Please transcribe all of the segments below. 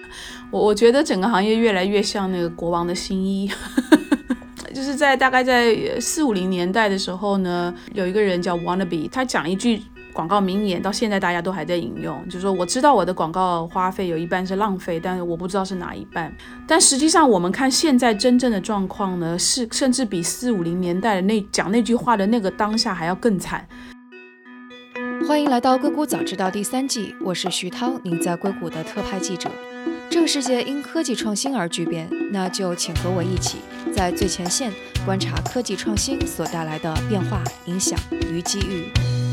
我觉得整个行业越来越像那个国王的新衣。就是大概在40-50年代的时候呢，有一个人叫 Wannabe， 他讲一句广告名言，到现在大家都还在引用，就是说我知道我的广告花费有一半是浪费，但是我不知道是哪一半。但实际上我们看现在真正的状况呢，是甚至比40-50年代的讲那句话的那个当下还要更惨。 欢迎来到硅谷早知道第3季，我是徐涛，您在硅谷的特派记者。这个世界因科技创新而巨变，那就请和我一起在最前线观察科技创新所带来的变化、影响与机遇。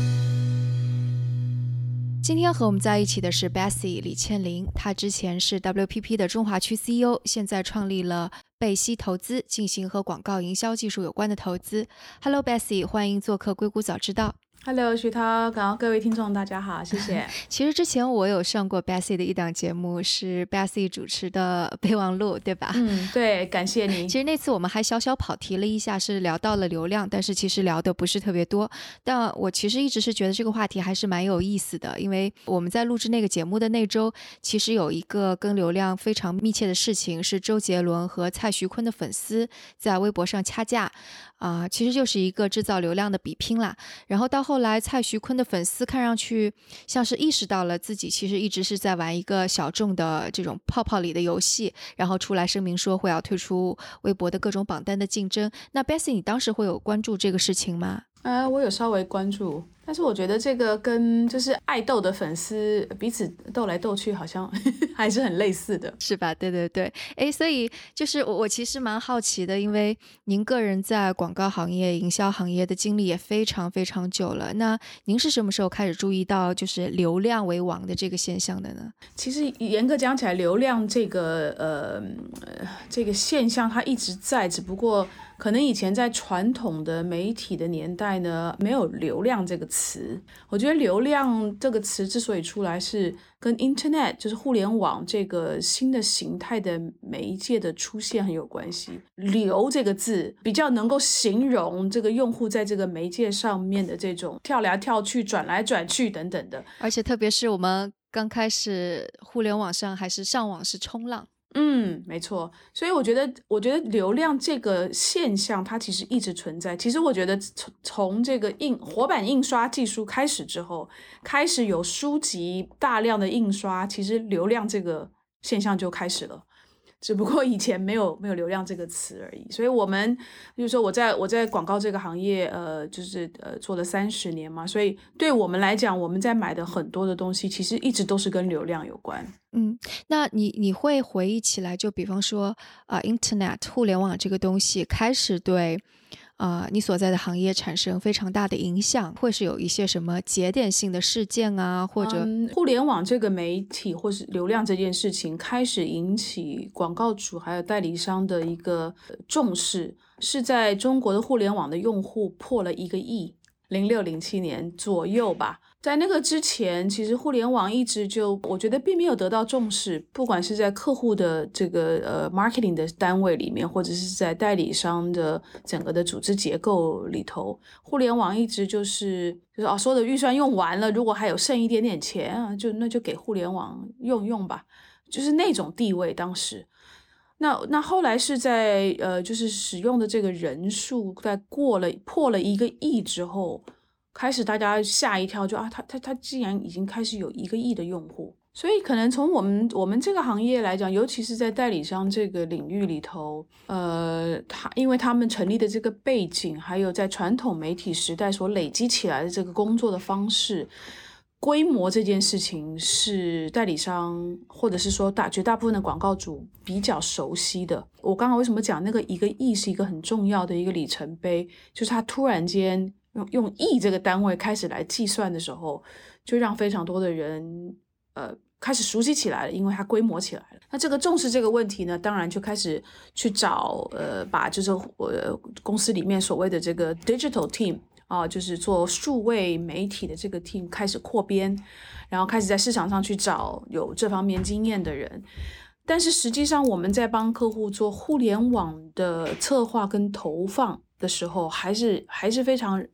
今天和我们在一起的是 Bessy 李倩玲，她之前是 WPP 的中华区 CEO， 现在创立了贝西投资，进行和广告营销技术有关的投资。Hello Bessy， 欢迎做客硅谷早知道。 Hello 徐涛，各位听众大家好，谢谢。 其实之前我有上过 Bessy 的一档节目，是 Bessy 主持的备忘录，对吧？ 对，感谢你。 其实那次我们还小小跑题了一下，是聊到了流量，但是其实聊的不是特别多。但我其实一直是觉得这个话题还是蛮有意思的，因为我们在录制那个节目的那周，其实有一个跟流量非常密切的事情，是周杰伦和蔡徐坤的粉丝在微博上掐架。其实就是一个制造流量的比拼啦。然后到后来蔡徐坤的粉丝看上去像是意识到了自己其实一直是在玩一个小众的这种泡泡里的游戏，然后出来声明说会要退出微博的各种榜单的竞争。那 Bessy 你当时会有关注这个事情吗？ 我有稍微关注，但是我觉得这个跟就是爱斗的粉丝彼此斗来斗去好像还是很类似的， 是吧？对对对。所以就是我其实蛮好奇的，因为您个人在广告行业、营销行业的经历也非常非常久了，那您是什么时候开始注意到就是流量为王的这个现象的呢？ 其实严格讲起来，流量这个现象它一直在，只不过可能以前在传统的媒体的年代呢，没有流量这个词。我觉得流量这个词之所以出来，是跟 Internet 就是互联网这个新的形态的媒介的出现很有关系。流这个字比较能够形容这个用户在这个媒介上面的这种跳来跳去、转来转去等等的。 而且特别是我们刚开始互联网上还是上网是冲浪。 没错，所以我觉得流量这个现象它其实一直存在。其实我觉得从这个活版印刷技术开始之后，开始有书籍大量的印刷，其实流量这个现象就开始了。只不过以前没有流量这个词而已。所以我们比如说我在广告这个行业做了30年嘛，所以对我们来讲，我们在买的很多的东西其实一直都是跟流量有关。 那你会回忆起来，就比方说Internet 互联网这个东西开始对你所在的行业产生非常大的影响，会是有一些什么节点性的事件啊，或者互联网这个媒体或是流量这件事情开始引起广告主还有代理商的一个重视，是在中国的互联网的用户破了1个亿，06、07年左右吧。在那个之前，其实互联网一直我觉得并没有得到重视，不管是在客户的这个marketing 的单位里面，或者是在代理商的整个的组织结构里头，互联网一直就是所有的预算用完了，如果还有剩一点点钱那就给互联网用吧，就是那种地位当时。那后来是在就是使用的这个人数在破了1个亿之后，开始大家吓一跳，他竟然已经开始有1个亿的用户。所以可能从我们这个行业来讲，尤其是在代理商这个领域里头，因为他们成立的这个背景，还有在传统媒体时代所累积起来的这个工作的方式，规模这件事情是代理商或者是说绝大部分的广告主比较熟悉的。我刚刚为什么讲那个1个亿是一个很重要的一个里程碑，就是他突然间用亿这个单位开始来计算的时候，就让非常多的人开始熟悉起来了，因为它规模起来了。那这个重视这个问题呢，当然就开始去找把就是公司里面所谓的这个 digital team就是做数位媒体的这个 team 开始扩编，然后开始在市场上去找有这方面经验的人。但是实际上我们在帮客户做互联网的策划跟投放的时候，还是非常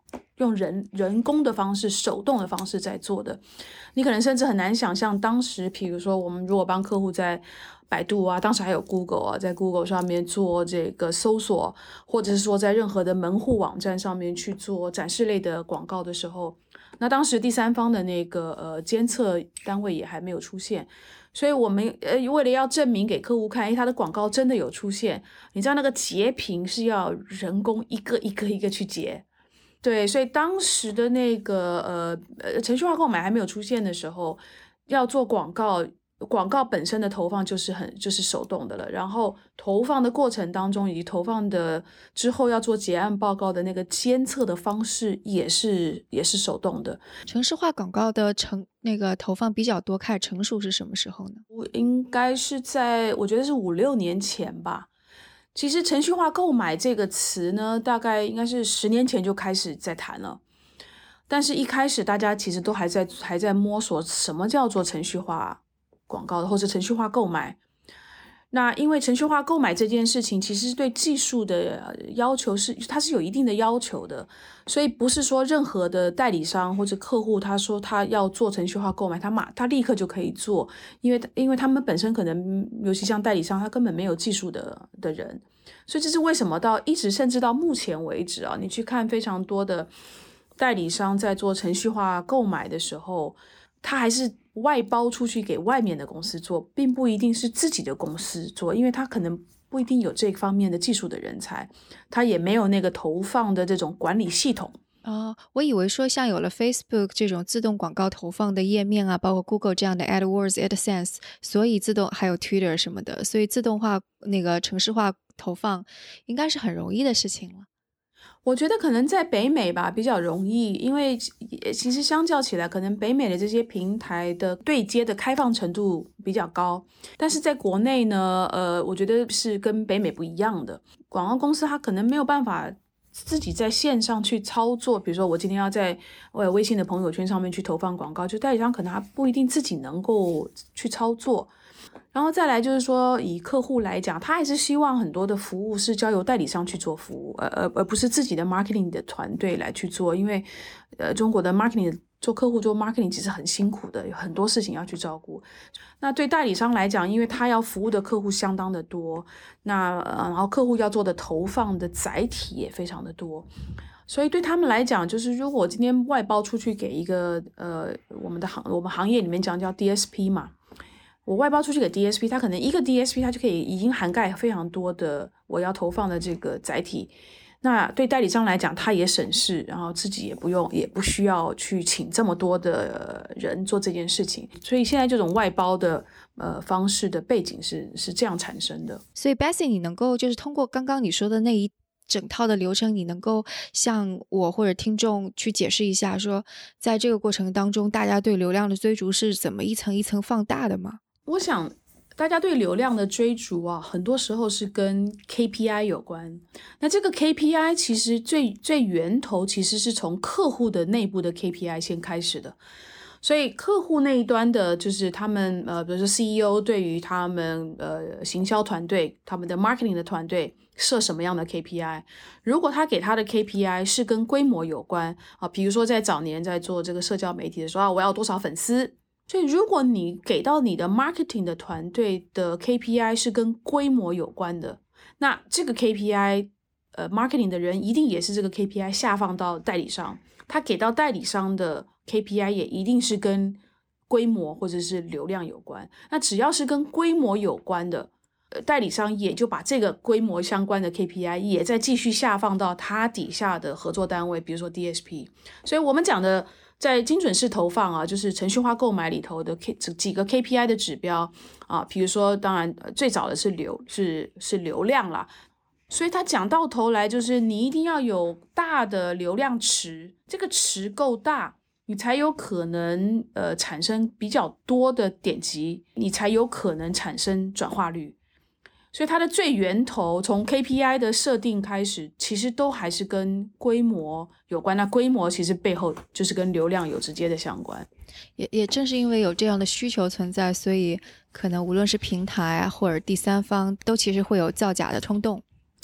用人工的方式、手动的方式在做的。你可能甚至很难想象，当时比如说我们如果帮客户在百度啊，当时还有 Google 啊，在 Google 上面做这个搜索，或者是说在任何的门户网站上面去做展示类的广告的时候，那当时第三方的那个监测单位也还没有出现。所以我们为了要证明给客户看，他的广告真的有出现，你知道那个截屏是要人工一个一个去截。对，所以当时的那个程序化购买还没有出现的时候，要做广告本身的投放就是手动的了，然后投放的过程当中以及投放的之后要做结案报告的那个监测的方式也是手动的。 程式化广告的那个投放比较多，开始成熟是什么时候呢？ 应该是在我觉得是5-6年前吧。其实程序化购买这个词呢，大概应该是10年前就开始在谈了，但是一开始大家其实都还在摸索什么叫做程序化广告或者程序化购买。那因为程序化购买这件事情其实对技术的要求它是有一定的要求的，所以不是说任何的代理商或者客户他说他要做程序化购买他立刻就可以做，因为他们本身可能尤其像代理商他根本没有技术的人，所以这是为什么甚至到目前为止啊，你去看非常多的代理商在做程序化购买的时候，他还是外包出去给外面的公司做，并不一定是自己的公司做，因为他可能不一定有这方面的技术的人才，他也没有那个投放的这种管理系统。 我以为说像有了 Facebook 这种自动广告投放的页面啊，包括 Google 这样的 AdWords、AdSense， 所以自动还有 Twitter 什么的，所以自动化那个程式化投放应该是很容易的事情了。 我觉得可能在北美吧比较容易，因为其实相较起来，可能北美的这些平台的对接的开放程度比较高，但是在国内呢，我觉得是跟北美不一样的。广告公司它可能没有办法自己在线上去操作，比如说我今天要在微信的朋友圈上面去投放广告，就代理商可能他不一定自己能够去操作。然后再来就是说，以客户来讲，他还是希望很多的服务是交由代理商去做服务，而不是自己的 marketing 的团队来去做，因为中国的 marketing 做客户做 marketing 其实很辛苦的，有很多事情要去照顾。那对代理商来讲，因为他要服务的客户相当的多，然后客户要做的投放的载体也非常的多，所以对他们来讲，就是如果我今天外包出去给一个我们行业里面讲叫 DSP 嘛。我外包出去给 DSP， 它可能一个 DSP 它就可以已经涵盖非常多的我要投放的这个载体。那对代理商来讲，他也省事，然后自己也不需要去请这么多的人做这件事情。所以现在这种外包的方式的背景是这样产生的。 所以 Bessy， 你能够就是通过刚刚你说的那一整套的流程，你能够向我或者听众去解释一下，说在这个过程当中，大家对流量的追逐是怎么一层一层放大的吗？ 我想大家对流量的追逐啊，很多时候是跟 KPI 有关。那这个 KPI 其实最源头其实是从客户的内部的 KPI 先开始的。所以客户那一端的就是他们比如说 CEO 对于他们行销团队、他们的 marketing 的团队设什么样的 KPI， 如果他给他的 KPI 是跟规模有关啊，比如说在早年在做这个社交媒体的时候我要多少粉丝。所以如果你给到你的 marketing 的团队的 KPI 是跟规模有关的，那这个 KPI marketing 的人一定也是这个 KPI 下放到代理商，他给到代理商的 KPI 也一定是跟规模或者是流量有关。那只要是跟规模有关的代理商也就把这个规模相关的 KPI 也再继续下放到他底下的合作单位，比如说 DSP。 所以我们讲的在精准式投放啊，就是程序化购买里头的几个 KPI 的指标啊，比如说当然最早的是流量啦，所以它讲到头来就是你一定要有大的流量池，这个池够大，你才有可能产生比较多的点击，你才有可能产生转化率。所以它的最源头从 KPI 的设定开始，其实都还是跟规模有关。那规模其实背后就是跟流量有直接的相关。 也正是因为有这样的需求存在，所以可能无论是平台或者第三方都其实会有造假的冲动。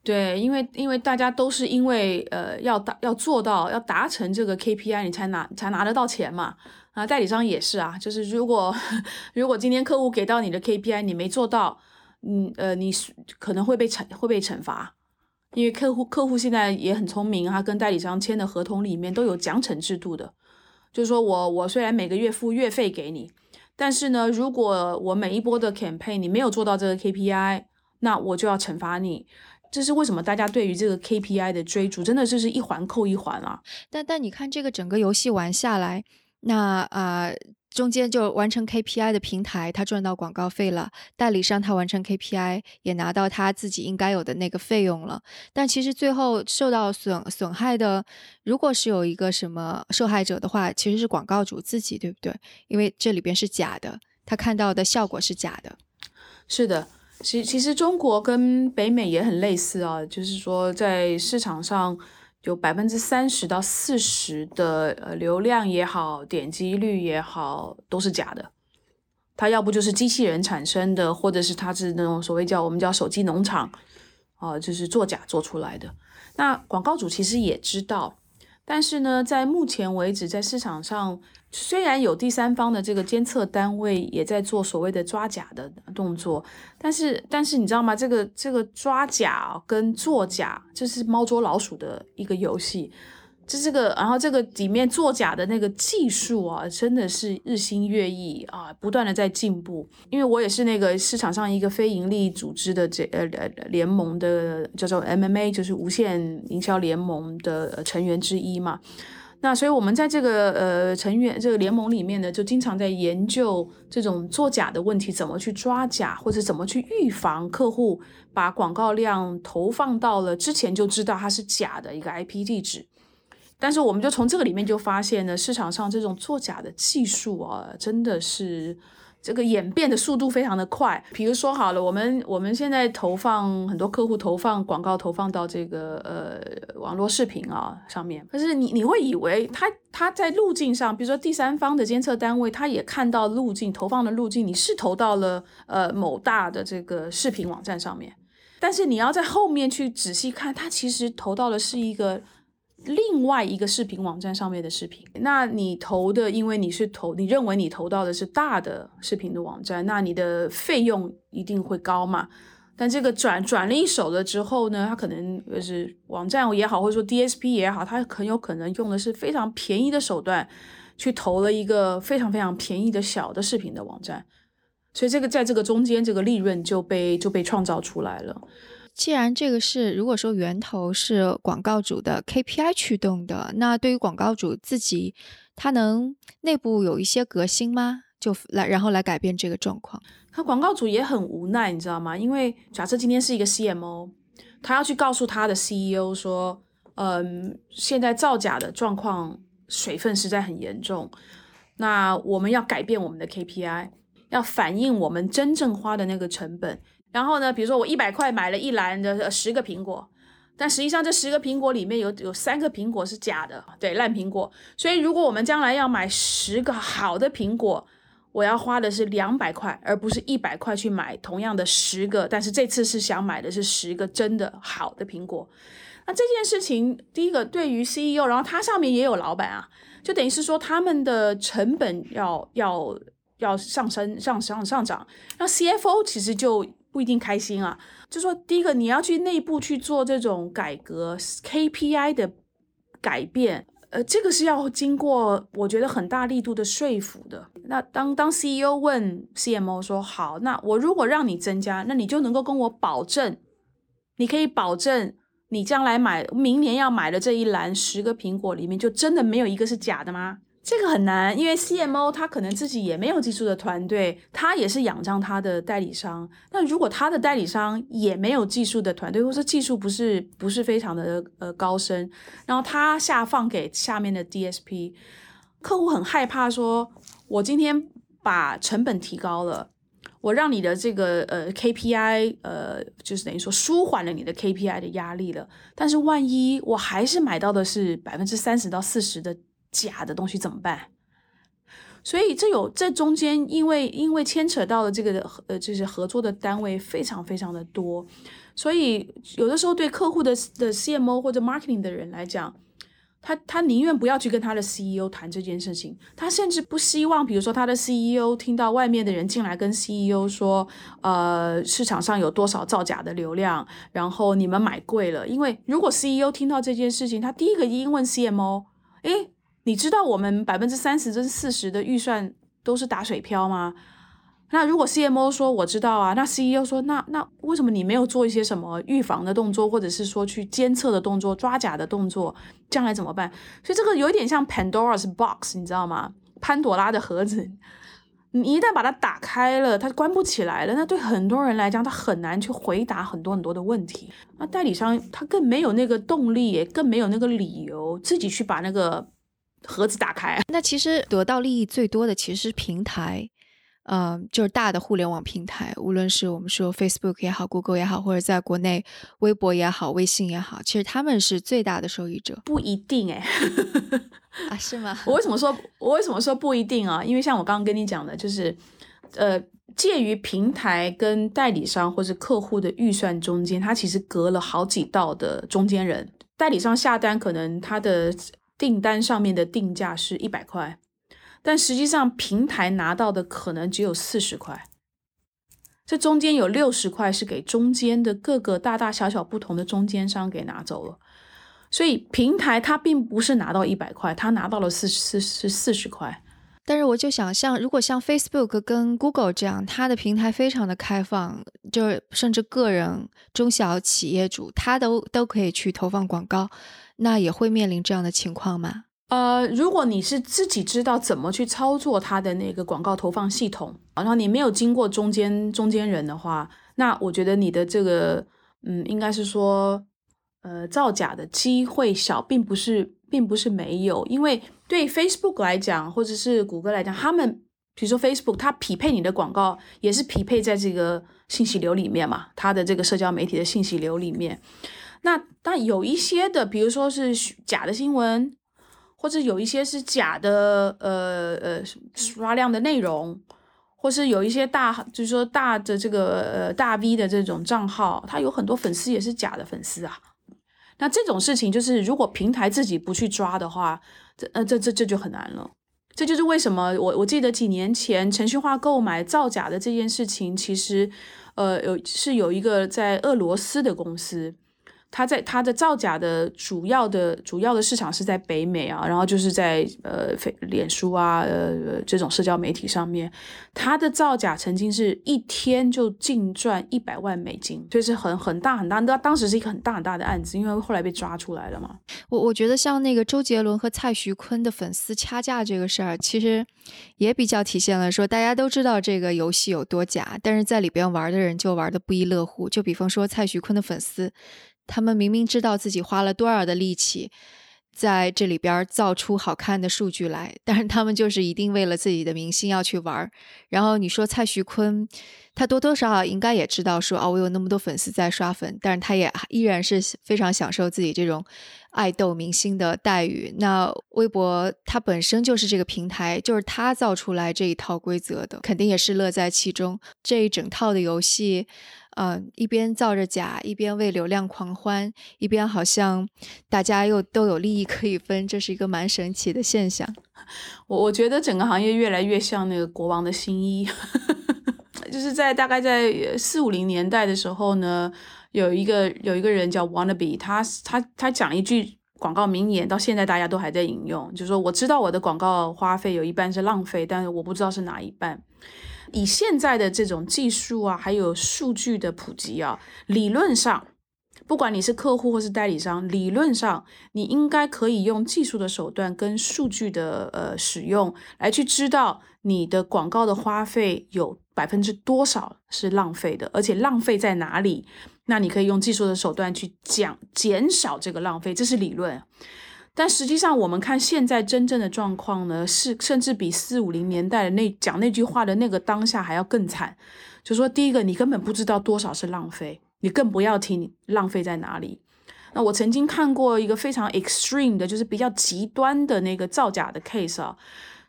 对，因为大家都是因为要做到要达成这个 KPI， 你才拿得到钱嘛。啊，代理商也是啊，就是如果今天客户给到你的 KPI 你没做到，你可能会被惩罚，因为客户现在也很聪明，他跟代理商签的合同里面都有奖惩制度的，就是说我虽然每个月付月费给你，但是呢，如果我每一波的 campaign 你没有做到这个 KPI， 那我就要惩罚你。这是为什么大家对于这个 KPI 的追逐真的就是一环扣一环啊。 但你看这个整个游戏玩下来，那中间就完成 KPI 的平台他赚到广告费了，代理商他完成 KPI 也拿到他自己应该有的那个费用了，但其实最后受到损害的，如果是有一个什么受害者的话，其实是广告主自己，对不对？因为这里边是假的，他看到的效果是假的。 是的，其实中国跟北美也很类似啊，就是说在市场上有30%到40%的流量也好，点击率也好，都是假的。它要不就是机器人产生的，或者是它是那种我们叫手机农场，就是作假做出来的。那广告主其实也知道，但是呢，在目前为止，在市场上虽然有第三方的这个监测单位也在做所谓的抓假的动作，但是你知道吗？这个抓假跟作假，这是猫捉老鼠的一个游戏。然后这个里面作假的那个技术啊，真的是日新月异啊，不断的在进步。因为我也是那个市场上一个非盈利组织的联盟的叫做 MMA， 就是无限营销联盟的成员之一嘛。那所以我们在这个这个联盟里面呢，就经常在研究这种作假的问题，怎么去抓假，或者怎么去预防客户把广告量投放到了之前就知道它是假的一个 IP 地址。但是我们就从这个里面就发现呢，市场上这种作假的技术啊，真的是这个演变的速度非常的快。比如说好了，我们现在很多客户投放广告投放到这个网络视频啊上面，可是你会以为他在路径上，比如说第三方的监测单位，他也看到路径投放的路径，你是投到了某大的这个视频网站上面，但是你要在后面去仔细看，他其实投到的是另外一个视频网站上面的视频。那你投的，因为你认为你投到的是大的视频的网站，那你的费用一定会高嘛。但这个转了一手了之后呢，它可能就是网站也好，或者说 DSP 也好，它很有可能用的是非常便宜的手段去投了一个非常非常便宜的小的视频的网站，所以在这个中间，这个利润就被创造出来了。 既然这个如果说源头是广告主的 KPI 驱动的，那对于广告主自己，他能内部有一些革新吗？然后来改变这个状况。 他广告主也很无奈，你知道吗？因为假设今天是一个 CMO， 他要去告诉他的 CEO 说，现在造假的状况水分实在很严重，那我们要改变我们的 KPI， 要反映我们真正花的那个成本。然后呢，比如说我100块买了一篮的10个苹果，但实际上这10个苹果里面有3个苹果是假的，对，烂苹果。所以如果我们将来要买10个好的苹果，我要花的是200块，而不是100块去买同样的10个，但是这次是想买的是10个真的好的苹果。那这件事情，第一个对于 CEO， 然后他上面也有老板啊，就等于是说他们的成本要上涨，那 CFO 其实就不一定开心啊。就说第一个，你要去内部去做这种改革 KPI 的改变，这个是要经过我觉得很大力度的说服的。那当 CEO 问 CMO 说，好，那我如果让你增加，那你就能够跟我保证，你可以保证你将来明年要买的这一篮10个苹果里面就真的没有一个是假的吗？这个很难，因为 CMO 他可能自己也没有技术的团队，他也是仰仗他的代理商。那如果他的代理商也没有技术的团队，或者技术不是非常的高深，然后他下放给下面的 DSP， 客户很害怕说，我今天把成本提高了，我让你的这个KPI 就是等于说舒缓了你的 KPI 的压力了，但是万一我还是买到的是30%到40%的假的东西怎么办？ 所以这中间因为牵扯到了这个就是合作的单位非常非常的多，所以有的时候对客户的 CMO 或者 marketing 的人来讲，他宁愿不要去跟他的 CEO 谈这件事情，他甚至不希望比如说他的 CEO 听到外面的人进来跟 CEO 说市场上有多少造假的流量，然后你们买贵了。因为如果 CEO 听到这件事情，他第一个一定问 CMO， 诶，你知道我们30%至40%的预算都是打水漂吗？那如果 CMO 说我知道啊，那 CEO 说那为什么你没有做一些什么预防的动作，或者是说去监测的动作，抓假的动作，将来怎么办？所以这个有一点像 Pandora's Box， 你知道吗？潘朵拉的盒子，你一旦把它打开了，它关不起来了，那对很多人来讲他很难去回答很多很多的问题。那代理商他更没有那个动力，也更没有那个理由自己去把那个盒子打开。 那其实得到利益最多的其实是平台，就是大的互联网平台，无论是我们说 Facebook 也好 Google 也好，或者在国内微博也好微信也好，其实他们是最大的受益者。 不一定啊，是吗？ 我为什么说不一定啊？因为像我刚刚跟你讲的，就是介于平台跟代理商或是客户的预算中间，它其实隔了好几道的中间人。代理商下单可能他的订单上面的定价是100块，但实际上平台拿到的可能只有40块，这中间有60块是给中间的各个大大小小不同的中间商给拿走了。所以平台它并不是拿到100块，它拿到了40块。 但是我就想如果像 Facebook 跟 Google 这样，它的平台非常的开放，就是甚至个人中小企业主他都可以去投放广告，那也会面临这样的情况吗？ 如果你是自己知道怎么去操作它的那个广告投放系统，然后你没有经过中间人的话，那我觉得你的这个应该是说造假的机会小，并不是没有。因为对 Facebook 来讲或者是谷歌来讲，他们比如说 Facebook 它匹配你的广告也是匹配在这个信息流里面嘛，它的这个社交媒体的信息流里面。那有一些的比如说是假的新闻，或者有一些是假的刷量的内容，或是有一些就是说大的这个大 V 的这种账号，他有很多粉丝也是假的粉丝啊。那这种事情就是如果平台自己不去抓的话，这就很难了。这就是为什么我记得几年前程序化购买造假的这件事情，其实有一个在俄罗斯的公司，它的造假的主要的市场是在北美啊，然后就是在脸书啊这种社交媒体上面，它的造假曾经是一天就净赚100万美金，就是很大很大，当时是一个很大很大的案子，因为后来被抓出来了嘛。 我觉得像那个周杰伦和蔡徐坤的粉丝掐架这个事儿，其实也比较体现了说大家都知道这个游戏有多假，但是在里边玩的人就玩得不亦乐乎。就比方说蔡徐坤的粉丝，他们明明知道自己花了多少的力气在这里边造出好看的数据来，但是他们就是一定为了自己的明星要去玩。然后你说蔡徐坤，他多多少少应该也知道说我有那么多粉丝在刷粉，但是他也依然是非常享受自己这种爱豆明星的待遇。那微博它本身就是这个平台，就是他造出来这一套规则的，肯定也是乐在其中。这一整套的游戏一边造着假，一边为流量狂欢，一边好像大家又都有利益可以分，这是一个蛮神奇的现象。 我觉得整个行业越来越像那个国王的新衣就是大概在40-50年代的时候呢，有一个人叫 Wannabe， 他讲一句广告名言，到现在大家都还在引用，就是说我知道我的广告花费有一半是浪费，但是我不知道是哪一半。以现在的这种技术啊，还有数据的普及啊，理论上不管你是客户或是代理商，理论上你应该可以用技术的手段跟数据的使用来去知道你的广告的花费有多少是浪费的，而且浪费在哪里，那你可以用技术的手段去减少这个浪费，这是理论。但实际上我们看现在真正的状况呢，是甚至比40-50年代的讲那句话的那个当下还要更惨。就说第一个，你根本不知道多少是浪费，你更不要提你浪费在哪里。那我曾经看过一个非常 extreme 的，就是比较极端的那个造假的 case 啊，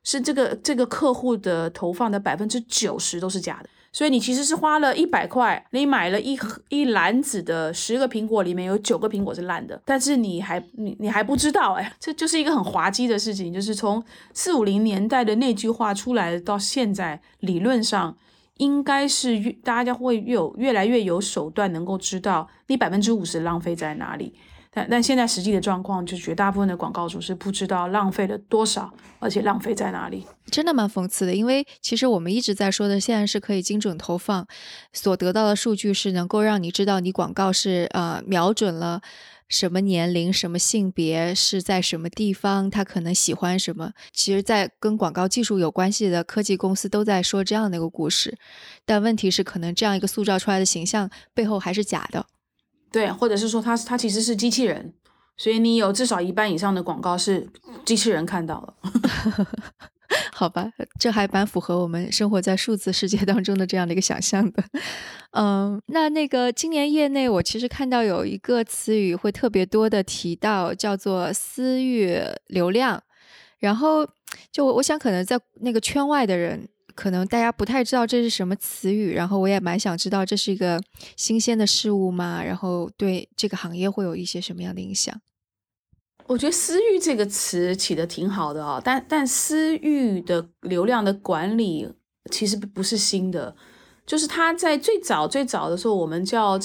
是这个客户的投放的90%都是假的。所以你其实是花了100块，你买了一篮子的10个苹果，里面有9个苹果是烂的，但是你还不知道这就是一个很滑稽的事情，就是从40-50年代的那句话出来到现在，理论上应该是大家会越来越有手段能够知道你50%浪费在哪里。但现在实际的状况，就绝大部分的广告主是不知道浪费了多少，而且浪费在哪里。 真的蛮讽刺的，因为其实我们一直在说的，现在是可以精准投放，所得到的数据是能够让你知道你广告是瞄准了什么年龄、什么性别，是在什么地方，他可能喜欢什么。其实在跟广告技术有关系的科技公司都在说这样的一个故事，但问题是可能这样一个塑造出来的形象背后还是假的。 对，或者是说它其实是机器人，所以你有至少1半以上的广告是机器人看到了。 好吧，这还蛮符合我们生活在数字世界当中的这样的一个想象的。那个今年业内我其实看到有一个词语会特别多的提到，叫做私域流量。然后就我想可能在那个圈外的人，可能大家不太知道这是什么词语，然后我也蛮想知道这是一个新鲜的事物吗？然后对这个行业会有一些什么样的影响？ 我觉得私域这个词起得挺好的但私域的流量的管理其实不是新的，就是它在最早的时候，我们叫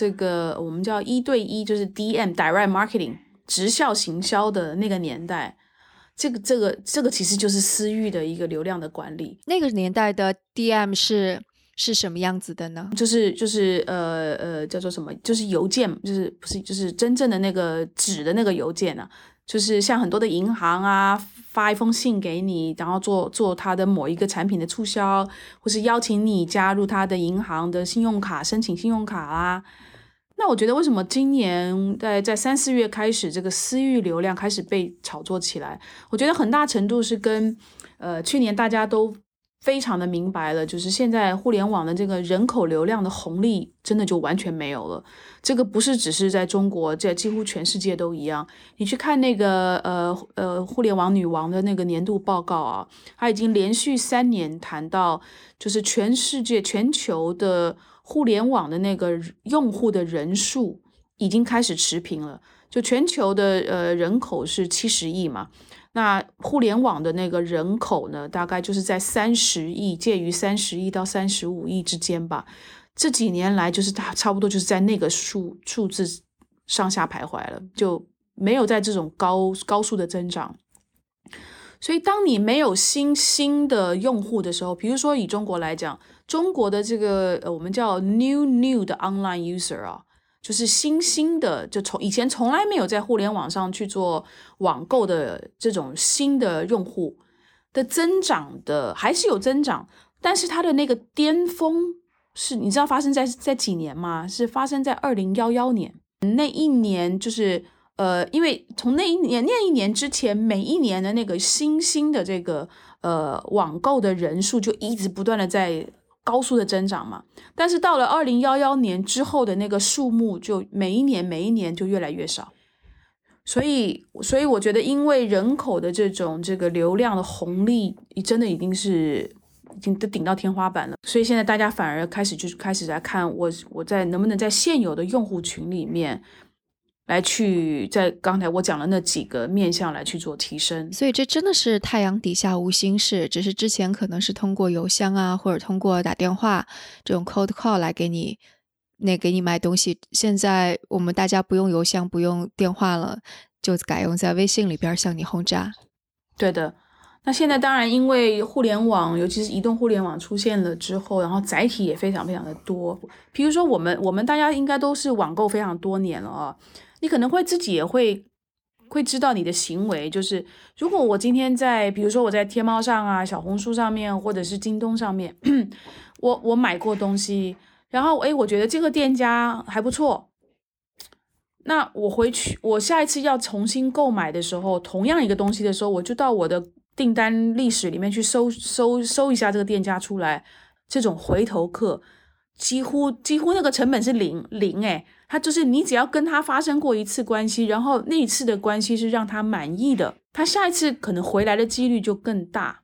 1对1，就是 DM Direct Marketing 直销行销的那个年代，这个其实就是私域的一个流量的管理。 那个年代的 DM 是什么样子的呢？ 就是叫做什么？就是邮件，就是真正的那个纸的那个邮件啊，就是像很多的银行啊发一封信给你，然后做他的某一个产品的促销，或是邀请你加入他的银行的信用卡，申请信用卡啦。那我觉得为什么今年在3-4月开始，这个私域流量开始被炒作起来？我觉得很大程度是跟去年大家都非常的明白了，就是现在互联网的这个人口流量的红利真的就完全没有了。这个不是只是在中国，这几乎全世界都一样。你去看那个互联网女王的那个年度报告啊，它已经连续3年谈到，就是全球的互联网的那个用户的人数已经开始持平了。就全球的人口是70亿嘛，那互联网的那个人口呢，大概就是在30亿，介于30亿到35亿之间吧。这几年来就是差不多就是在那个数字上下徘徊了，就没有在这种高速的增长。所以当你没有新的用户的时候，比如说以中国来讲，中国的这个我们叫 new 的 online user 啊，就是新的，就以前从来没有在互联网上去做网购的这种新的用户的增长的还是有增长，但是它的那个巅峰是你知道发生在几年吗？是发生在2011年。那一年就是因为从那一年之前，每一年的那个新的这个网购的人数就一直不断的在高速的增长嘛，但是到了2011年之后的那个数目就每一年就越来越少。所以我觉得因为人口的这个流量的红利真的已经都顶到天花板了，所以现在大家反而开始来看我在能不能在现有的用户群里面来去在刚才我讲的那几个面向来去做提升。 所以这真的是太阳底下无新事，只是之前可能是通过邮箱啊，或者通过打电话这种 cold call 来给你卖东西。现在我们大家不用邮箱不用电话了，就改用在微信里边向你轰炸。 对的。那现在当然因为互联网尤其是移动互联网出现了之后，然后载体也非常非常的多。比如说我们大家应该都是网购非常多年了啊，你可能会自己也会知道你的行为，就是如果我今天比如说我在天猫上啊、小红书上面或者是京东上面我买过东西，然后我觉得这个店家还不错，那我回去我下一次要重新购买的时候，同样一个东西的时候，我就到我的订单历史里面去搜一下这个店家出来，这种回头客几乎那个成本是零他就是你只要跟他发生过一次关系，然后那一次的关系是让他满意的，他下一次可能回来的几率就更大。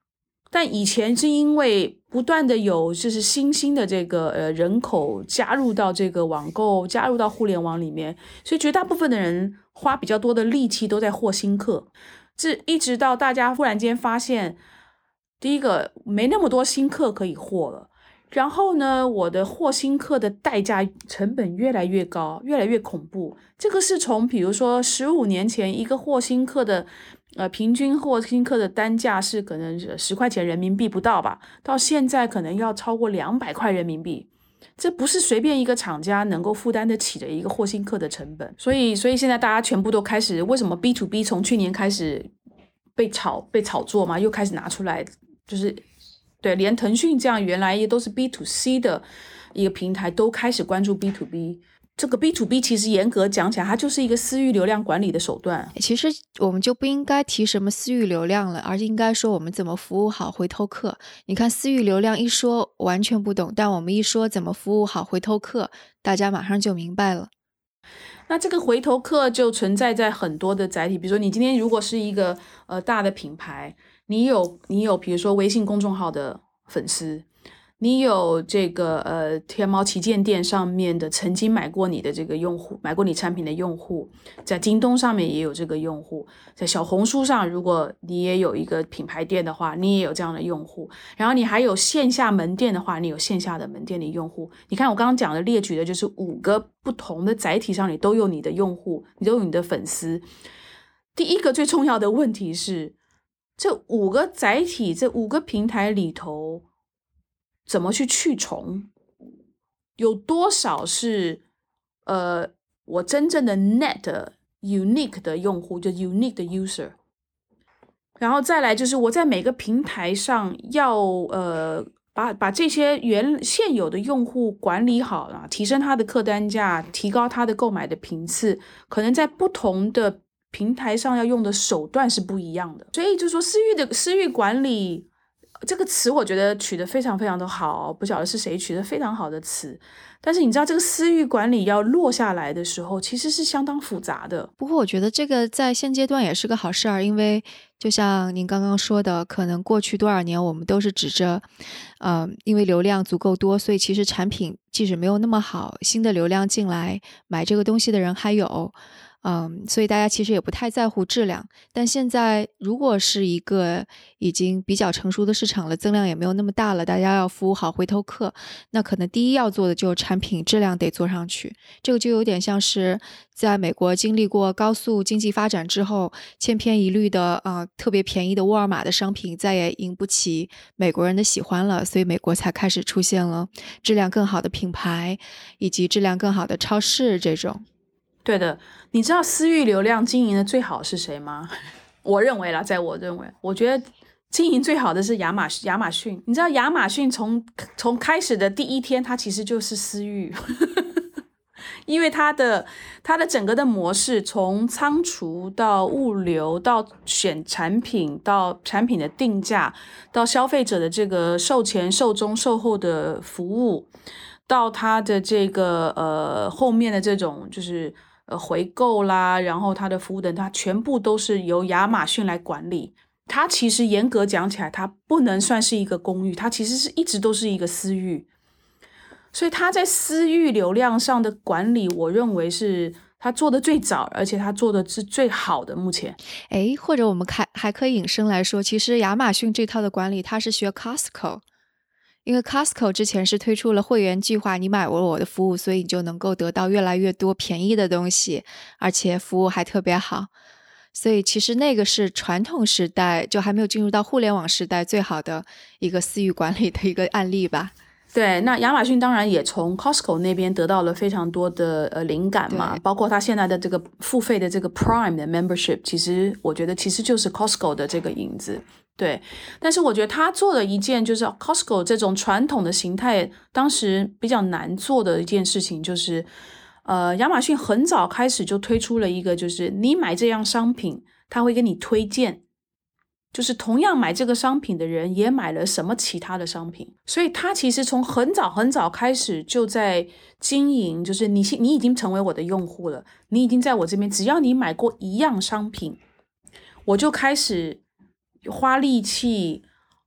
但以前是因为不断的有就是新兴的这个人口加入到这个网购，加入到互联网里面，所以绝大部分的人花比较多的力气都在获新客。这一直到大家忽然间发现，第一个没那么多新客可以获了，然后呢，我的获新客的代价成本越来越高，越来越恐怖。这个是从比如说15年前一个获新客的平均获新客的单价是可能10块钱人民币不到吧，到现在可能要超过200块人民币。这不是随便一个厂家能够负担得起的一个获新客的成本。所以现在大家全部都开始，为什么 B2B 从去年开始被炒作嘛，又开始拿出来，就是对，连腾讯这样原来也都是 B2C 的一个平台都开始关注 B2B。这个 B2B 其实严格讲起来，它就是一个私域流量管理的手段。 其实我们就不应该提什么私域流量了，而应该说我们怎么服务好回头客。你看私域流量一说完全不懂，但我们一说怎么服务好回头客，大家马上就明白了。 那这个回头客就存在在很多的载体，比如说你今天如果是一个大的品牌，你有比如说微信公众号的粉丝，你有这个天猫旗舰店上面的曾经买过你的这个用户，买过你产品的用户，在京东上面也有这个用户，在小红书上如果你也有一个品牌店的话，你也有这样的用户，然后你还有线下门店的话，你有线下的门店的用户。你看我刚刚讲的列举的就是5个不同的载体上你都有你的用户，你都有你的粉丝。第一个最重要的问题是，这5个载体，这5个平台里头怎么去去重？有多少是我真正的 net unique 的用户，就 unique 的 user。然后再来就是我在每个平台上要把这些现有的用户管理好啊，提升他的客单价，提高他的购买的频次，可能在不同的平台上要用的手段是不一样的。所以就是说私域管理这个词我觉得取得非常非常的好，不晓得是谁取得非常好的词，但是你知道这个私域管理要落下来的时候其实是相当复杂的。 不过我觉得这个在现阶段也是个好事儿，因为就像您刚刚说的，可能过去多少年我们都是指着因为流量足够多，所以其实产品即使没有那么好，新的流量进来买这个东西的人还有所以大家其实也不太在乎质量。但现在如果是一个已经比较成熟的市场了，增量也没有那么大了，大家要服务好回头客，那可能第一要做的就是产品质量得做上去。这个就有点像是在美国经历过高速经济发展之后，千篇一律的特别便宜的沃尔玛的商品再也引不起美国人的喜欢了，所以美国才开始出现了质量更好的品牌以及质量更好的超市这种。 对的，你知道私域流量经营的最好是谁吗？我认为啦，我觉得经营最好的是亚马逊。你知道亚马逊从开始的第一天，它其实就是私域，因为它的整个的模式，从仓储到物流到选产品到产品的定价到消费者的这个售前售中售后的服务，到它的这个后面的这种就是回购啦，然后它的服务等，它全部都是由亚马逊来管理。它其实严格讲起来，它不能算是一个公域，它其实是一直都是一个私域。所以它在私域流量上的管理，我认为是它做的最早，而且它做的是最好的目前。 或者我们还可以引申来说，其实亚马逊这套的管理，它是学 Costco。因为 Costco 之前是推出了会员计划，你买了我的服务，所以你就能够得到越来越多便宜的东西，而且服务还特别好。所以其实那个是传统时代就还没有进入到互联网时代最好的一个私域管理的一个案例吧。 对，那亚马逊当然也从 Costco 那边得到了非常多的灵感嘛，包括它现在的这个付费的这个 Prime 的 membership， 其实我觉得其实就是 Costco 的这个影子。对，但是我觉得他做了一件就是 Costco 这种传统的形态当时比较难做的一件事情，就是亚马逊很早开始就推出了一个，就是你买这样商品他会给你推荐，就是同样买这个商品的人也买了什么其他的商品。所以他其实从很早很早开始就在经营，就是你已经成为我的用户了，你已经在我这边，只要你买过一样商品，我就开始花力气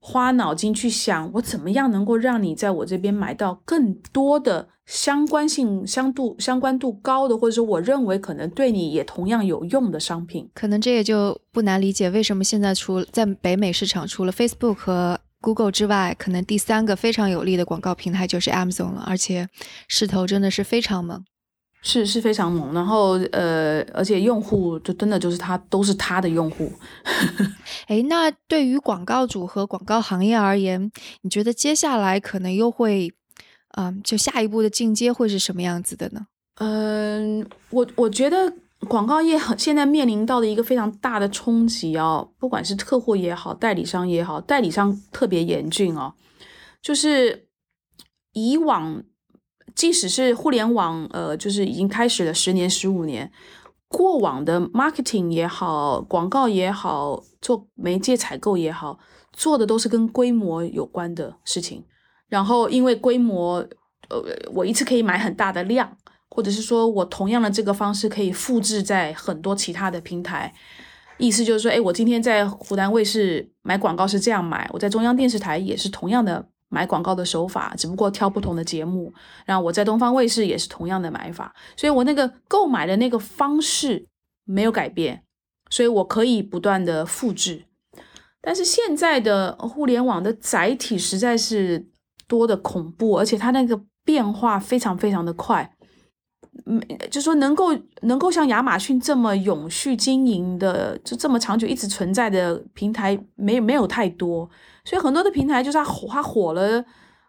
花脑筋去想我怎么样能够让你在我这边买到更多的相关度高的，或者说我认为可能对你也同样有用的商品。 可能这也就不难理解为什么现在在北美市场除了 Facebook 和 Google 之外，可能第3个非常有力的广告平台就是 Amazon 了，而且势头真的是非常猛。 是非常猛，然后而且用户就真的就是都是他的用户。 那对于广告主和广告行业而言，你觉得接下来可能又会就下一步的进阶会是什么样子的呢？ 我觉得广告业现在面临到的一个非常大的冲击啊，不管是客户也好，代理商也好，代理商特别严峻啊，就是以往即使是互联网就是已经开始了10年15年，过往的 marketing 也好，广告也好，做媒介采购也好，做的都是跟规模有关的事情。然后因为规模我一次可以买很大的量，或者是说我同样的这个方式可以复制在很多其他的平台。意思就是说我今天在湖南卫视买广告是这样买，我在中央电视台也是同样的买广告的手法，只不过挑不同的节目，然后我在东方卫视也是同样的买法，所以我那个购买的那个方式没有改变，所以我可以不断的复制。但是现在的互联网的载体实在是多的恐怖，而且它那个变化非常非常的快，就是说能够像亚马逊这么永续经营的，就这么长久一直存在的平台没有太多，所以很多的平台就是它火了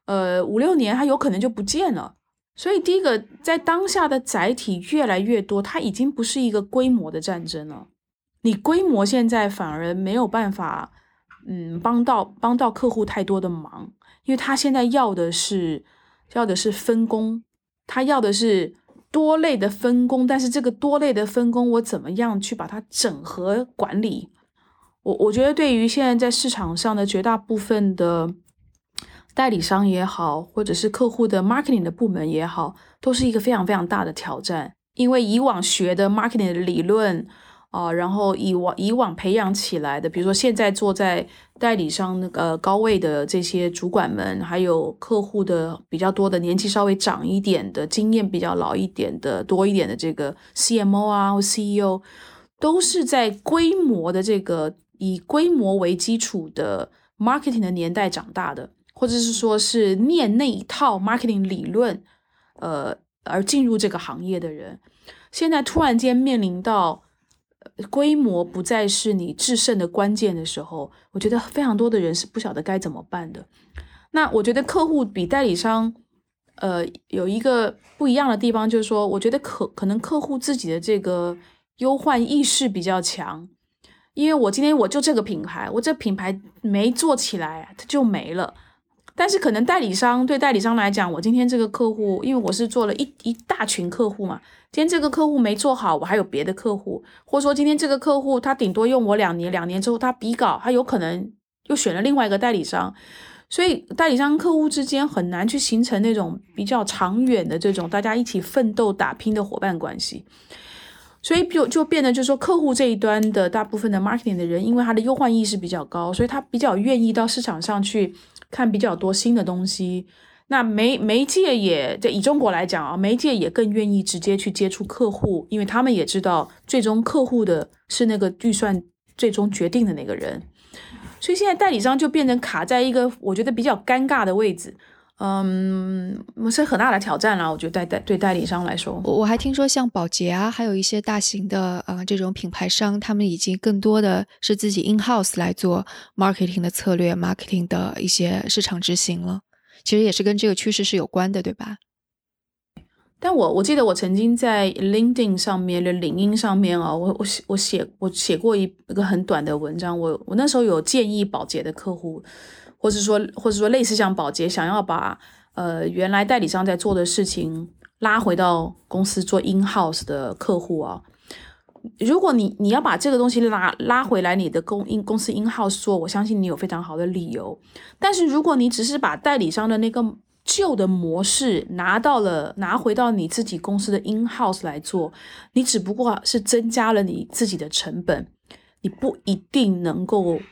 5-6年，它有可能就不见了。所以第一个，在当下的载体越来越多，它已经不是一个规模的战争了。你规模现在反而没有办法帮到客户太多的忙，因为他现在要的是分工，他要的是多类的分工，但是这个多类的分工我怎么样去把它整合管理。我觉得对于现在在市场上的绝大部分的代理商也好，或者是客户的 marketing 的部门也好，都是一个非常非常大的挑战。因为以往学的 marketing 的理论然后以往培养起来的，比如说现在坐在代理商高位的这些主管们，还有客户的比较多的年纪稍微长一点的，经验比较老一点的多一点的这个 CMO 或 CEO， 都是在规模的这个以规模为基础的 marketing 的年代长大的，或者是说是念那一套 marketing 理论而进入这个行业的人，现在突然间面临到规模不再是你制胜的关键的时候，我觉得非常多的人是不晓得该怎么办的。那我觉得客户比代理商有一个不一样的地方，就是说我觉得可能客户自己的这个忧患意识比较强，因为今天我就这个品牌，我这品牌没做起来它就没了。但是可能对代理商来讲，我今天这个客户，因为我是做了一大群客户嘛，今天这个客户没做好，我还有别的客户，或者说今天这个客户他顶多用我2年之后他比稿，他有可能又选了另外一个代理商，所以代理商客户之间很难去形成那种比较长远的这种大家一起奋斗打拼的伙伴关系。所以就变得就是说，客户这一端的大部分的 marketing 的人，因为他的忧患意识比较高，所以他比较愿意到市场上去看比较多新的东西。那媒介也以中国来讲媒介也更愿意直接去接触客户，因为他们也知道最终客户的是那个预算最终决定的那个人。所以现在代理商就变成卡在一个我觉得比较尴尬的位置。是很大的挑战啦，我觉得对代理商来说。 我还听说像宝洁还有一些大型的这种品牌商，他们已经更多的是自己 in-house 来做 marketing 的策略 marketing 的一些市场执行了，其实也是跟这个趋势是有关的，对吧？ 但我记得我曾经在 LinkedIn 上面的领英上面我写过一个很短的文章，我那时候有建议宝洁的客户，或者说类似像宝洁想要把原来代理商在做的事情拉回到公司做 in-house 的客户如果你要把这个东西拉回来你的公司 in-house 做，我相信你有非常好的理由。但是如果你只是把代理商的那个旧的模式拿回到你自己公司的 in-house 来做，你只不过是增加了你自己的成本，你不一定能够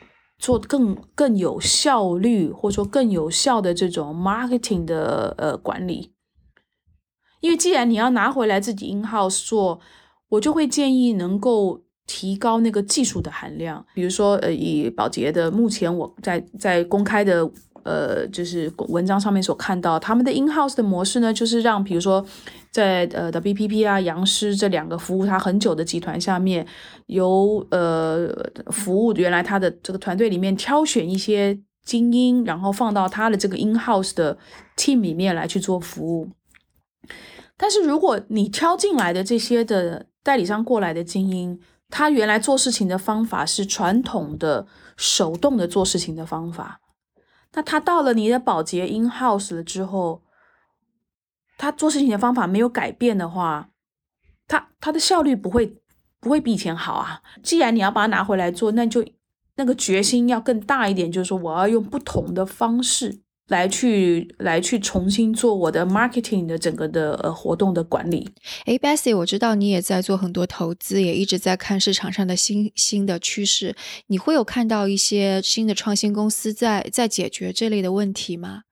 做更有效率，或者说更有效的这种 marketing 的管理。因为既然你要拿回来自己 in house 做，我就会建议能够提高那个技术的含量。比如说以宝洁的目前我在公开的就是文章上面所看到，他们的 in house 的模式呢，就是让比如说在WPP 啊、杨狮这两个服务他很久的集团下面，由服务原来他的这个团队里面挑选一些精英，然后放到他的这个 in house 的 team 里面来去做服务。但是如果你挑进来的这些的代理商过来的精英，他原来做事情的方法是传统的手动的做事情的方法，那他到了你的宝洁 in house 了之后，他做事情的方法没有改变的话，他的效率不会比以前好啊。既然你要把它拿回来做，那就那个决心要更大一点，就是说我要用不同的方式来去重新做我的 marketing 的整个的活动的管理。 Bessie， 我知道你也在做很多投资，也一直在看市场上的新的趋势，你会有看到一些新的创新公司在解决这类的问题吗？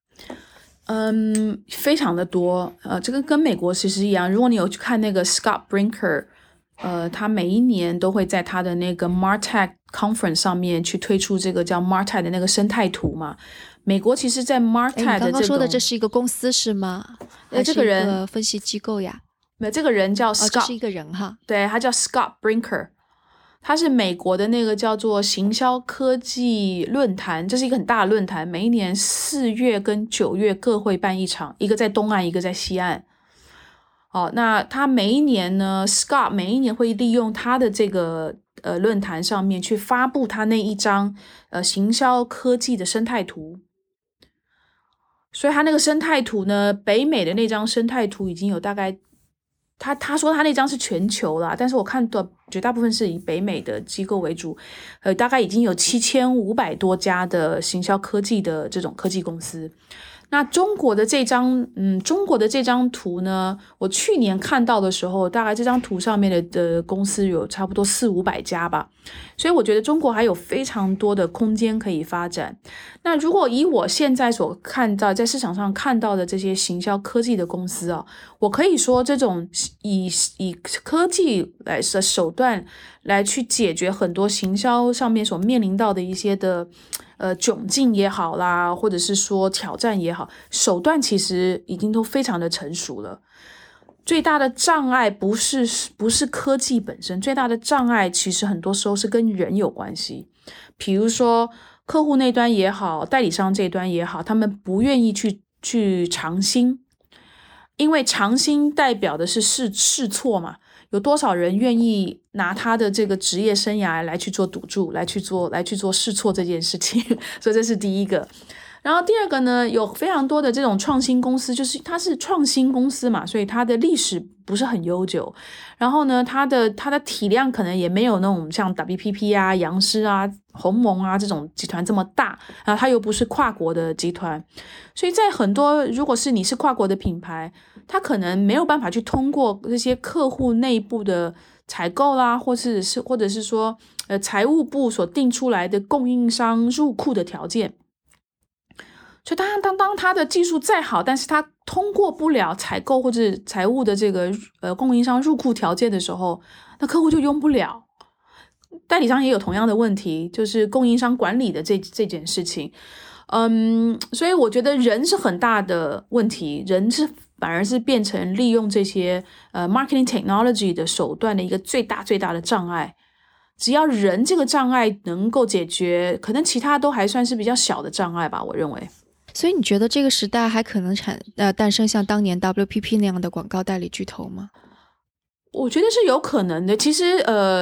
非常的多。这个跟美国其实一样，如果你有去看那个 Scott Brinker，他每一年都会在他的那个 Martech Conference 上面去推出这个叫 Martech 的那个生态图嘛。美国其实在 Martech 的你刚刚说的这是一个公司是吗？ 这个人还是一个分析机构呀？ 没有，这个人叫 Scott， 这是一个人哈。 对，他叫 Scott Brinker， 他是美国的那个叫做行销科技论坛，这是一个很大的论坛，每一年4月跟9月各会办一场，一个在东岸，一个在西岸。那他每一年呢 ，Scott 每一年会利用他的这个论坛上面去发布他那一张行销科技的生态图。所以他那个生态图呢，北美的那张生态图已经有大概，他说他那张是全球啦，但是我看的绝大部分是以北美的机构为主，大概已经有7500多家的行销科技的这种科技公司。那中国的这张图呢，我去年看到的时候，大概这张图上面的公司有差不多400-500家吧，所以我觉得中国还有非常多的空间可以发展。那如果以我现在所看到在市场上看到的这些行销科技的公司啊，我可以说这种以科技来的手段来去解决很多行销上面所面临到的一些的窘境也好啦，或者是说挑战也好，手段其实已经都非常的成熟了。最大的障碍不是科技本身，最大的障碍其实很多时候是跟人有关系。比如说客户那端也好，代理商这端也好，他们不愿意去尝新，因为尝新代表的是试错嘛。有多少人愿意拿他的这个职业生涯来去做赌注，来去做试错这件事情？所以这是第一个。然后第二个呢，有非常多的这种创新公司，就是它是创新公司嘛，所以它的历史不是很悠久。然后呢，它的体量可能也没有那种像 WPP 啊、杨狮啊、鸿蒙啊这种集团这么大，然后它又不是跨国的集团，所以在很多如果是你是跨国的品牌，它可能没有办法去通过这些客户内部的采购啦，或者是说财务部所定出来的供应商入库的条件。所以当他的技术再好，但是他通过不了采购或者财务的这个供应商入库条件的时候，那客户就用不了。代理商也有同样的问题，就是供应商管理的这件事情。所以我觉得人是很大的问题，人是反而是变成利用这些marketing technology 的手段的一个最大的障碍。只要人这个障碍能够解决，可能其他都还算是比较小的障碍吧，我认为。 所以你觉得这个时代还可能诞生像当年 WPP 那样的广告代理巨头吗？ 我觉得是有可能的。其实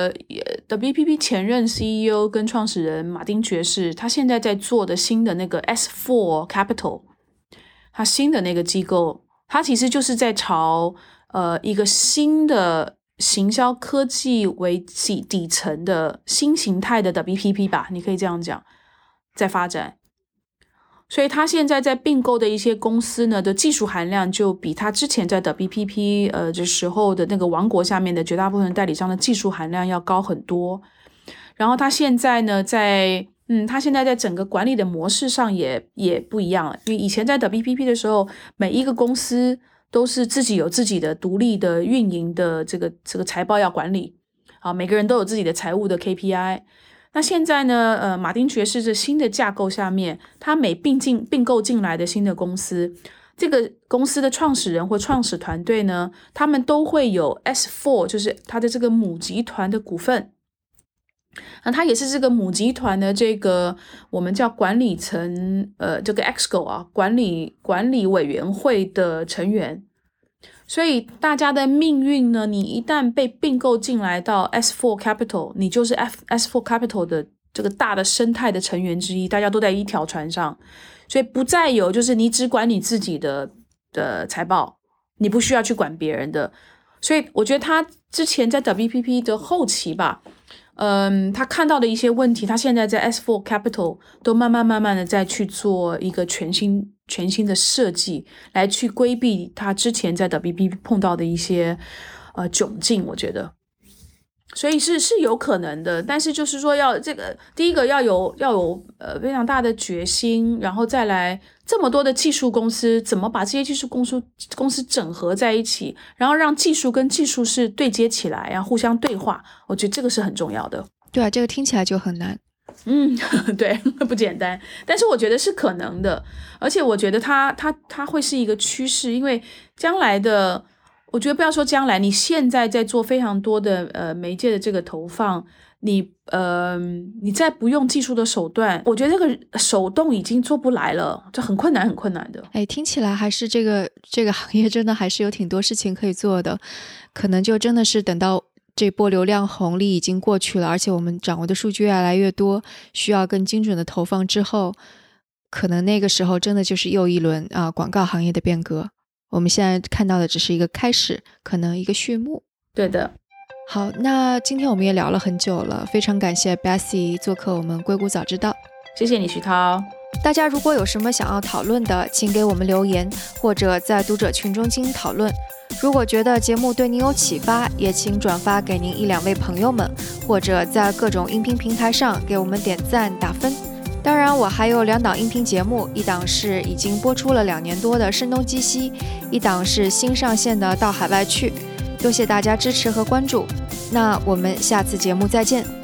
WPP 前任 CEO 跟创始人马丁爵士，他现在在做的新的那个 S4 Capital， 他新的那个机构，他其实就是在朝一个新的行销科技为底层的新形态的 WPP 吧，你可以这样讲，在发展。所以他现在在并购的一些公司呢的技术含量就比他之前在 WPP 这时候的那个王国下面的绝大部分代理商的技术含量要高很多。然后他现在呢在他现在在整个管理的模式上也不一样了。因为以前在 WPP 的时候，每一个公司都是自己有自己的独立的运营的这个财报要管理，每个人都有自己的财务的 KPI。那现在呢，马丁爵士这新的架构下面，他每并购进来的新的公司，这个公司的创始人或创始团队呢，他们都会有 S4， 就是他的这个母集团的股份。那他也是这个母集团的这个我们叫管理层这个 ExCo 管理委员会的成员。所以大家的命运呢，你一旦被并购进来到 S4 Capital， 你就是 S4 Capital 的这个大的生态的成员之一，大家都在一条船上。所以不再有就是你只管你自己的财报，你不需要去管别人的。所以我觉得他之前在 WPP 的后期吧，他看到的一些问题，他现在在 S4 Capital 都慢慢的再去做一个全新的设计，来去规避他之前在 WPP 碰到的一些窘境，我觉得。所以是有可能的，但是就是说要这个第一个要有非常大的决心，然后再来这么多的技术公司怎么把这些技术公司整合在一起，然后让技术跟技术是对接起来，然后互相对话，我觉得这个是很重要的。 对啊，这个听起来就很难。 对，不简单，但是我觉得是可能的，而且我觉得它会是一个趋势，因为将来的。我觉得不要说将来，你现在在做非常多的媒介的这个投放，你再不用技术的手段，我觉得这个手动已经做不来了，这很困难的。 听起来还是这个行业真的还是有挺多事情可以做的，可能就真的是等到这波流量红利已经过去了，而且我们掌握的数据越来越多，需要更精准的投放之后，可能那个时候真的就是又一轮广告行业的变革。我们现在看到的只是一个开始，可能一个序幕。 对的。 好，那今天我们也聊了很久了，非常感谢 Bessy 做客我们硅谷早知道。 谢谢你徐涛。 大家如果有什么想要讨论的，请给我们留言，或者在读者群中进行讨论。如果觉得节目对您有启发，也请转发给您1-2位朋友们，或者在各种音频平台上给我们点赞打分。当然我还有2档音频节目，一档是已经播出了2年多的声东击西，一档是新上线的到海外去。多谢大家支持和关注，那我们下次节目再见。